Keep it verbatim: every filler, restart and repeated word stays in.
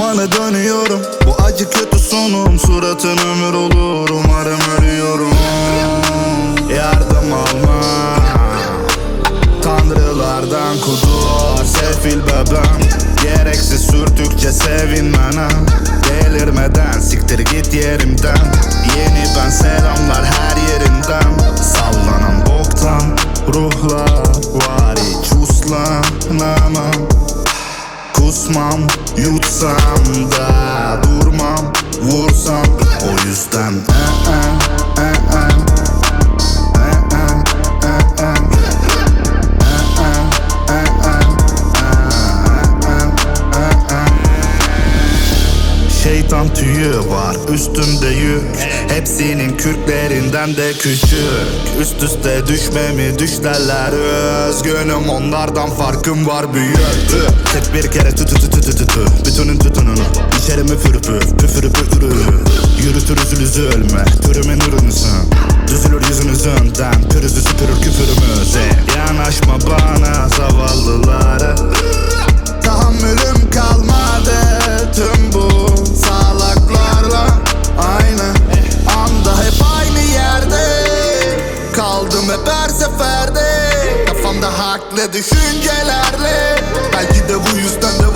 zamana dönüyorum. Bu acı kötü sonum, suratın ömür olur. Umarım ölüyorum. Yardım alma tanrılardan, kudur sefil bebem. Gereksiz sürtükçe sevinmene, delirmeden siktir git yerimden. Yeni ben, selamlar her yerinden. Sallanan boktan ruhlar var, hiç uslanamam. Kusmam, yutsam da durmam, vursam. O yüzden eh, eh, eh, eh. Şeytan tüyü var üstümde yük, hepsinin kürklerinden de küçük. Üst üste düşmemi düşlerler, özgünüm onlardan, farkım var büyük. Tek bir kere tü tü tü tü tü tü, bütünün tütününü içerim üfür üfür, püfür üfür. Yürütür üzülme, türümün ürünüsün. Düzülür yüzünüzünden, pürüzü süpürür küfürümüze. Yanaşma bana zavallılara, tahammülüm kalmadı tüm bu salaklarla. Aynı anda hep aynı yerde kaldım hep her seferde. Kafamda haklı düşüncelerle, belki de bu yüzden de